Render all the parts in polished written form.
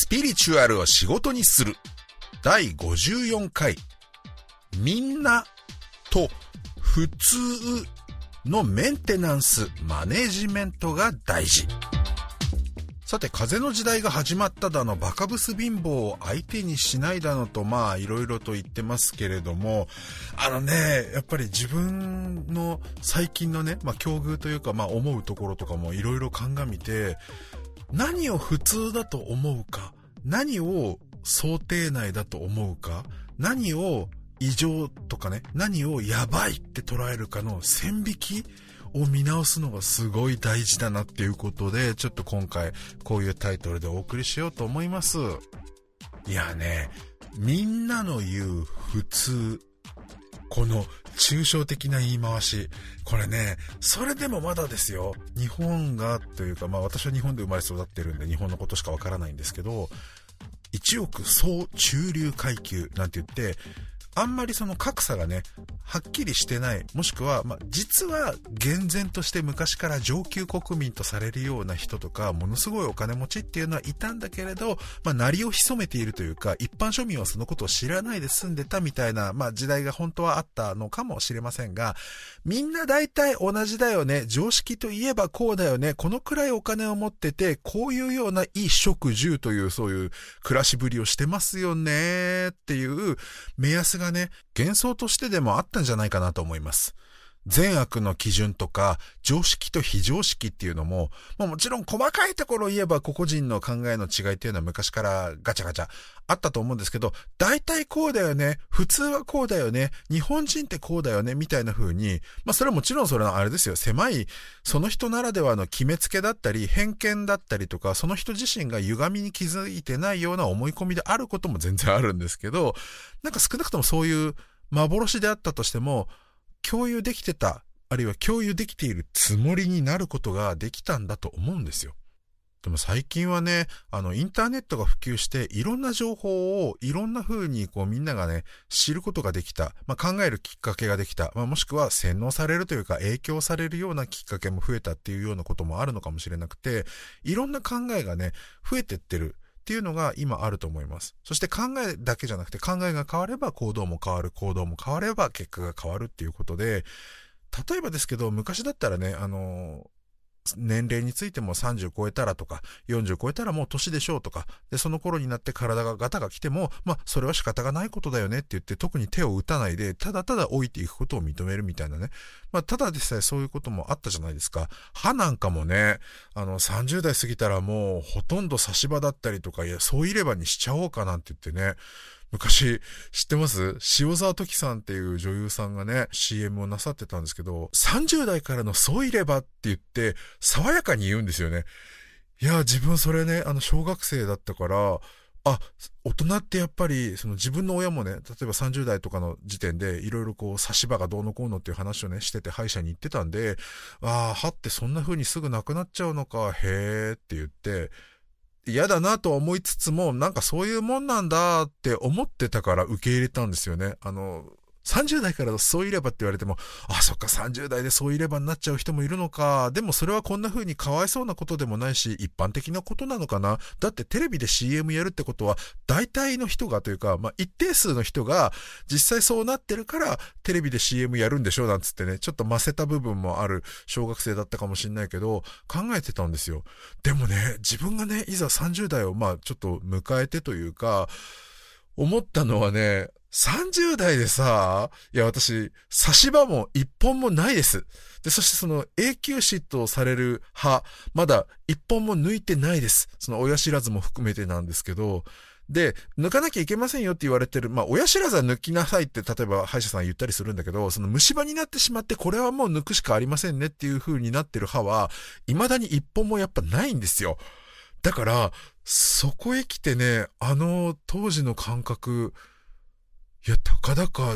ピリチュアルを仕事にする第54回みんなと普通のメンテナンスマネジメントが大事。さて、風の時代が始まっただの、バカブス貧乏を相手にしないだのと、いろいろと言ってますけれども、やっぱり自分の最近のね、境遇というか、思うところとかもいろいろ鑑みて、何を普通だと思うか、何を想定内だと思うか、何を異常とかね、何をやばいって捉えるかの線引きを見直すのがすごい大事だなっていうことで、ちょっと今回こういうタイトルでお送りしようと思います。いやね、みんなの言う普通、この抽象的な言い回し、これね、それでもまだですよ。日本がというか、私は日本で生まれ育ってるんで日本のことしかわからないんですけど、一億総中流階級なんて言って、あんまりその格差がね、はっきりしてない、もしくは、実は厳然として昔から上級国民とされるような人とか、ものすごいお金持ちっていうのはいたんだけれど、鳴りを潜めているというか、一般庶民はそのことを知らないで済んでたみたいな、時代が本当はあったのかもしれませんが、みんな大体同じだよね、常識といえばこうだよね、このくらいお金を持ってて、こういうようないい食住というそういう暮らしぶりをしてますよねっていう目安がね、幻想としてでもあったんじゃないかなと思います。善悪の基準とか常識と非常識っていうのも、もちろん細かいところを言えば個々人の考えの違いっていうのは昔からガチャガチャあったと思うんですけど、大体こうだよね、普通はこうだよね、日本人ってこうだよねみたいな風に、それはもちろんそれはあれですよ、狭いその人ならではの決めつけだったり偏見だったりとか、その人自身が歪みに気づいてないような思い込みであることも全然あるんですけど、少なくともそういう幻であったとしても共有できてた、あるいは共有できているつもりになることができたんだと思うんですよ。でも最近はね、インターネットが普及していろんな情報をいろんな風にみんながね、知ることができた。考えるきっかけができた。もしくは洗脳されるというか影響されるようなきっかけも増えたっていうようなこともあるのかもしれなくて、いろんな考えがね、増えてってるっていうのが今あると思います。そして考えだけじゃなくて、考えが変われば行動も変わる、行動も変われば結果が変わるっていうことで、例えばですけど、昔だったらね、年齢についても30超えたらとか40超えたらもう年でしょうとかで、その頃になって体がガタが来てもそれは仕方がないことだよねって言って、特に手を打たないでただただ老いていくことを認めるみたいなね、ただでさえそういうこともあったじゃないですか。歯なんかもね、30代過ぎたらもうほとんど差し歯だったりとか、いやそういればにしちゃおうかなんて言ってね、昔知ってます？塩沢時さんっていう女優さんがね CM をなさってたんですけど、30代からの添いればって言って爽やかに言うんですよね。いや自分それね、小学生だったから、大人ってやっぱりその自分の親もね、例えば30代とかの時点でいろいろ差し歯がどうのこうのっていう話をねしてて歯医者に行ってたんで、歯ってそんな風にすぐなくなっちゃうのか、へーって言って嫌だなと思いつつも、そういうもんなんだって思ってたから受け入れたんですよね。30代からそういればって言われても、そっか30代でそういればになっちゃう人もいるのか。でもそれはこんな風にかわいそうなことでもないし、一般的なことなのかな。だってテレビで CM やるってことは大体の人がというか、一定数の人が実際そうなってるからテレビで CM やるんでしょなんつってね、ちょっとませた部分もある小学生だったかもしれないけど考えてたんですよ。でもね、自分がねいざ30代をちょっと迎えてというか思ったのはね、30代でさ、いや私差し歯も一本もないです。で、そしてその永久歯とされる歯まだ一本も抜いてないです。その親知らずも含めてなんですけど、で抜かなきゃいけませんよって言われてる、親知らずは抜きなさいって例えば歯医者さん言ったりするんだけど、その虫歯になってしまってこれはもう抜くしかありませんねっていう風になってる歯は未だに一本もやっぱないんですよ。だからそこへ来てね、当時の感覚、いやたかだか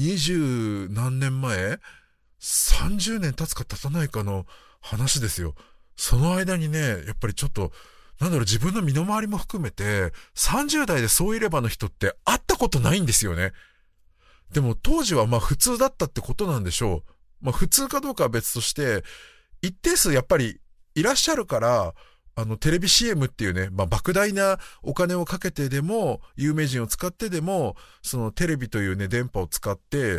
20何年前、30年経つか経たないかの話ですよ。その間にね、やっぱりちょっと自分の身の回りも含めて30代でそういればの人って会ったことないんですよね。でも当時は普通だったってことなんでしょう。普通かどうかは別として一定数やっぱりいらっしゃるから、 テレビ CM っていうね、莫大なお金をかけてでも、有名人を使ってでも、そのテレビというね、電波を使って、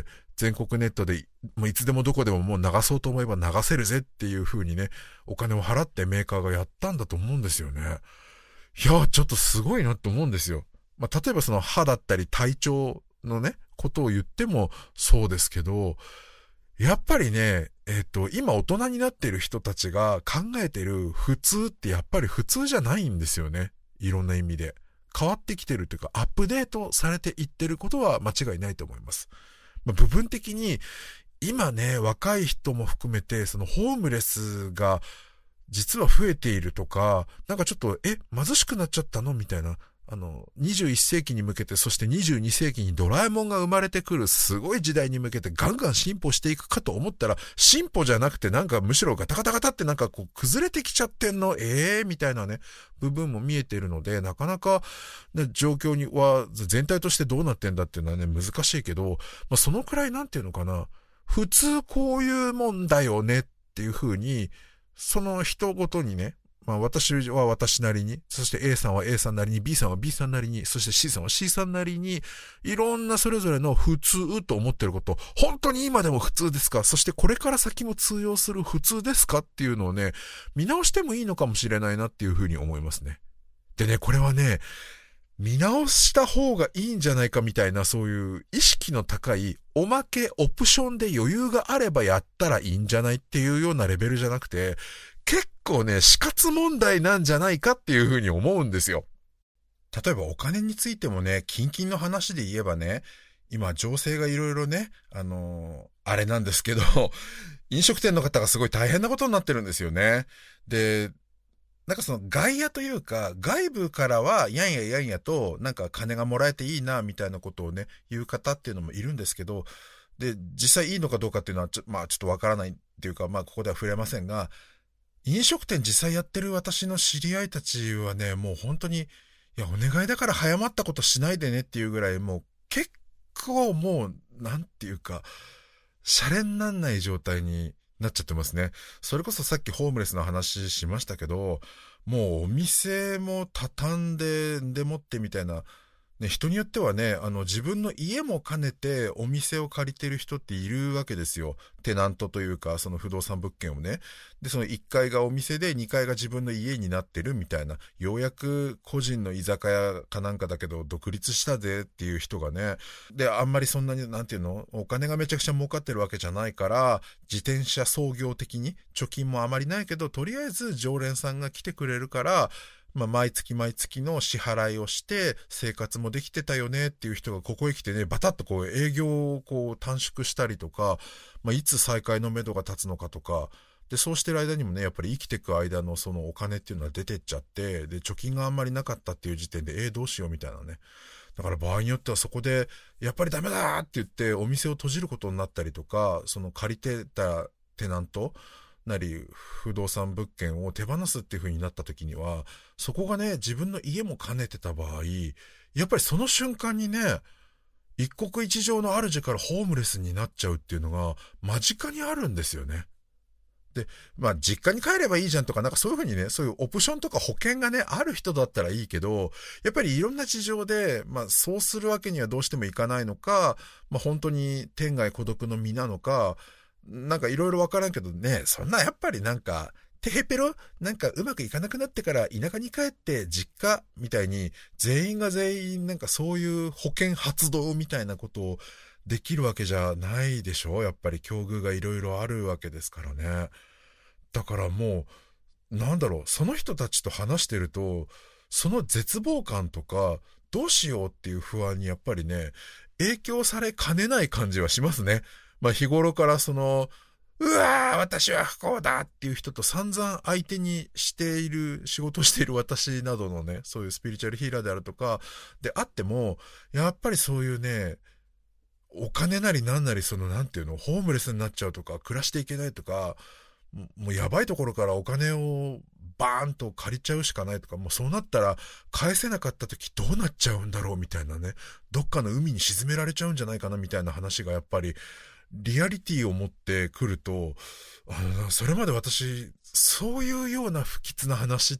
全国ネットで、もういつでもどこでももう流そうと思えば流せるぜっていう風にね、お金を払ってメーカーがやったんだと思うんですよね。いや、ちょっとすごいなって思うんですよ。例えばその歯だったり体調のね、ことを言ってもそうですけど、やっぱりね、今大人になっている人たちが考えている普通ってやっぱり普通じゃないんですよね。いろんな意味で。変わってきてるというか、アップデートされていってることは間違いないと思います。部分的に、今ね、若い人も含めて、そのホームレスが実は増えているとか、なんかちょっと、貧しくなっちゃったのみたいな。21世紀に向けて、そして22世紀にドラえもんが生まれてくるすごい時代に向けてガンガン進歩していくかと思ったら、進歩じゃなくてなんかむしろガタガタガタってなんかこう崩れてきちゃってんのみたいなね、部分も見えているので、なかなか、ね、状況には全体としてどうなってんだっていうのはね、難しいけど、そのくらいなんていうのかな、普通こういうもんだよねっていう風に、その人ごとにね、私は私なりに、そして A さんは A さんなりに、B さんは B さんなりに、そして C さんは C さんなりに、いろんなそれぞれの普通と思ってること、本当に今でも普通ですか？そしてこれから先も通用する普通ですかっていうのをね、見直してもいいのかもしれないなっていうふうに思いますね。でね、これはね、見直した方がいいんじゃないかみたいな、そういう意識の高いおまけオプションで余裕があればやったらいいんじゃないっていうようなレベルじゃなくて、結構ね、死活問題なんじゃないかっていうふうに思うんですよ。例えばお金についてもね、近々の話で言えばね、今情勢がいろいろね、あれなんですけど、飲食店の方がすごい大変なことになってるんですよね。で、なんかその外野というか、外部からはやんややんやと、なんか金がもらえていいな、みたいなことをね、言う方っていうのもいるんですけど、で、実際いいのかどうかっていうのはちょっとわからないっていうか、ここでは触れませんが、飲食店実際やってる私の知り合いたちはね、もう本当に、いや、お願いだから早まったことしないでねっていうぐらい、もう結構もう、なんていうか、シャレになんない状態になっちゃってますね。それこそさっきホームレスの話しましたけど、もうお店も畳んでもってみたいな、ね、人によってはね、自分の家も兼ねてお店を借りてる人っているわけですよ。テナントというか、その不動産物件をね。で、その1階がお店で2階が自分の家になってるみたいな、ようやく個人の居酒屋かなんかだけど独立したぜっていう人がね。で、あんまりそんなに、なんていうの、お金がめちゃくちゃ儲かってるわけじゃないから、自転車操業的に貯金もあまりないけど、とりあえず常連さんが来てくれるから、毎月毎月の支払いをして生活もできてたよねっていう人がここへ来てね、バタッとこう営業をこう短縮したりとか、いつ再開のめどが立つのかとか、で、そうしてる間にもね、やっぱり生きていく間のそのお金っていうのは出てっちゃって、で、貯金があんまりなかったっていう時点で、どうしようみたいなね。だから場合によってはそこで、やっぱりダメだって言ってお店を閉じることになったりとか、その借りてたテナント、なり不動産物件を手放すっていう風になった時には、そこがね、自分の家も兼ねてた場合、やっぱりその瞬間にね、一国一城の主からホームレスになっちゃうっていうのが間近にあるんですよね。で、実家に帰ればいいじゃんとか、なんかそういう風にね、そういうオプションとか保険がね、ある人だったらいいけど、やっぱりいろんな事情で、そうするわけにはどうしてもいかないのか、本当に天涯孤独の身なのか、なんかいろいろわからんけどね、そんなやっぱりなんか、テヘペロなんかうまくいかなくなってから田舎に帰って実家みたいに全員が全員なんかそういう保険発動みたいなことをできるわけじゃないでしょ。やっぱり境遇がいろいろあるわけですからね。だからもう、なんだろう、その人たちと話してると、その絶望感とか、どうしようっていう不安にやっぱりね、影響されかねない感じはしますね。日頃からその、うわー私は不幸だっていう人と散々相手にしている、仕事をしている私などのね、そういうスピリチュアルヒーラーであるとか、であっても、やっぱりそういうね、お金なりなんなりそのなんていうの、ホームレスになっちゃうとか、暮らしていけないとか、もうやばいところからお金をバーンと借りちゃうしかないとか、もうそうなったら返せなかった時どうなっちゃうんだろうみたいなね、どっかの海に沈められちゃうんじゃないかなみたいな話がやっぱりリアリティを持ってくると、それまで私、そういうような不吉な話って、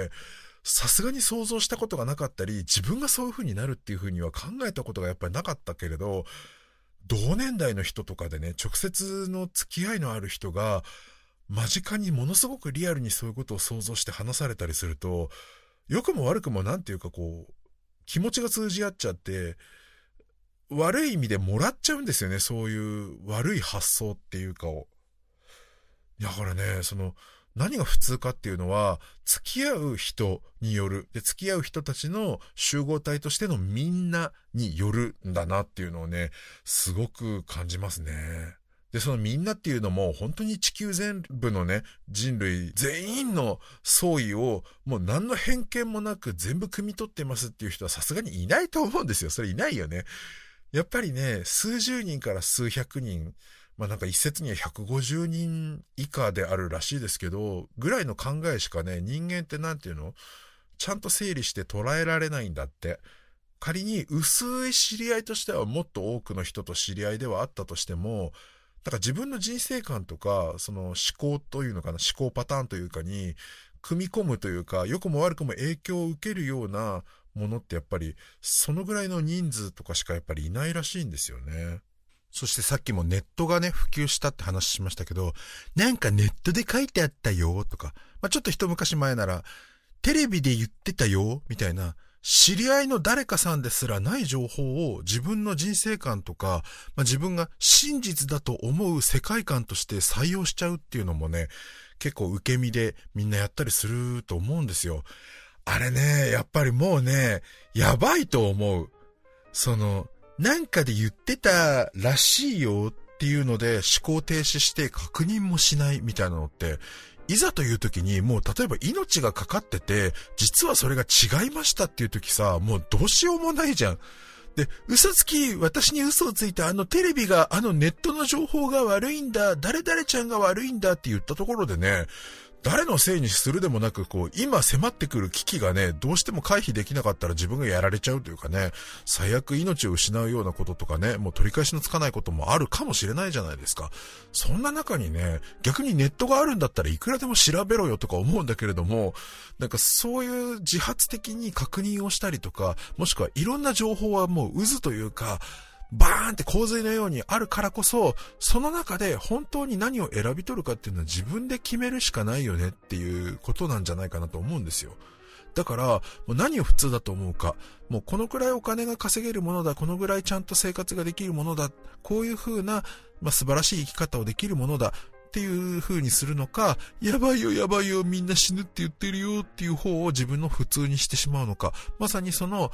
さすがに想像したことがなかったり、自分がそういう風になるっていう風には考えたことがやっぱりなかったけれど、同年代の人とかでね、直接の付き合いのある人が、間近にものすごくリアルにそういうことを想像して話されたりすると、良くも悪くもなんていうかこう、気持ちが通じ合っちゃって、悪い意味でもらっちゃうんですよね、そういう悪い発想っていうかを。だからね、何が普通かっていうのは、付き合う人による。で、付き合う人たちの集合体としてのみんなによるんだなっていうのをね、すごく感じますね。で、そのみんなっていうのも、本当に地球全部のね、人類全員の総意を、もう何の偏見もなく全部汲み取ってますっていう人はさすがにいないと思うんですよ。それいないよね。やっぱりね、数十人から数百人、なんか一説には150人以下であるらしいですけど、ぐらいの考えしかね、人間ってなんていうの？ちゃんと整理して捉えられないんだって。仮に薄い知り合いとしてはもっと多くの人と知り合いではあったとしても、だから自分の人生観とか、その思考というのかな、思考パターンというかに、組み込むというか、良くも悪くも影響を受けるようなものってやっぱり、そのぐらいの人数とかしかやっぱりいないらしいんですよね。そしてさっきもネットがね、普及したって話しましたけど、なんかネットで書いてあったよとか、ちょっと一昔前なら、テレビで言ってたよみたいな、知り合いの誰かさんですらない情報を自分の人生観とか、自分が真実だと思う世界観として採用しちゃうっていうのもね、結構受け身でみんなやったりすると思うんですよ。あれね、やっぱりもうね、やばいと思う。なんかで言ってたらしいよっていうので思考停止して確認もしないみたいなのって、いざという時にもう例えば命がかかってて、実はそれが違いましたっていう時さ、もうどうしようもないじゃん。で、嘘つき、私に嘘をついたテレビがネットの情報が悪いんだ、誰々ちゃんが悪いんだって言ったところでね、誰のせいにするでもなく、今迫ってくる危機がね、どうしても回避できなかったら自分がやられちゃうというかね、最悪命を失うようなこととかね、もう取り返しのつかないこともあるかもしれないじゃないですか。そんな中にね、逆にネットがあるんだったらいくらでも調べろよとか思うんだけれども、なんかそういう自発的に確認をしたりとか、もしくはいろんな情報はもう渦というか、バーンって洪水のようにあるからこそ、その中で本当に何を選び取るかっていうのは自分で決めるしかないよねっていうことなんじゃないかなと思うんですよ。だから、もう何を普通だと思うか、もうこのくらいお金が稼げるものだ、このぐらいちゃんと生活ができるものだ、こういう風な、素晴らしい生き方をできるものだっていう風にするのか、やばいよやばいよみんな死ぬって言ってるよっていう方を自分の普通にしてしまうのか、まさにその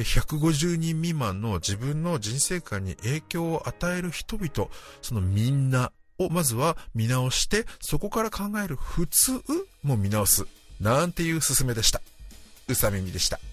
150人未満の自分の人生観に影響を与える人々、そのみんなをまずは見直して、そこから考える普通も見直すなんていう勧めでした。うさみみでした。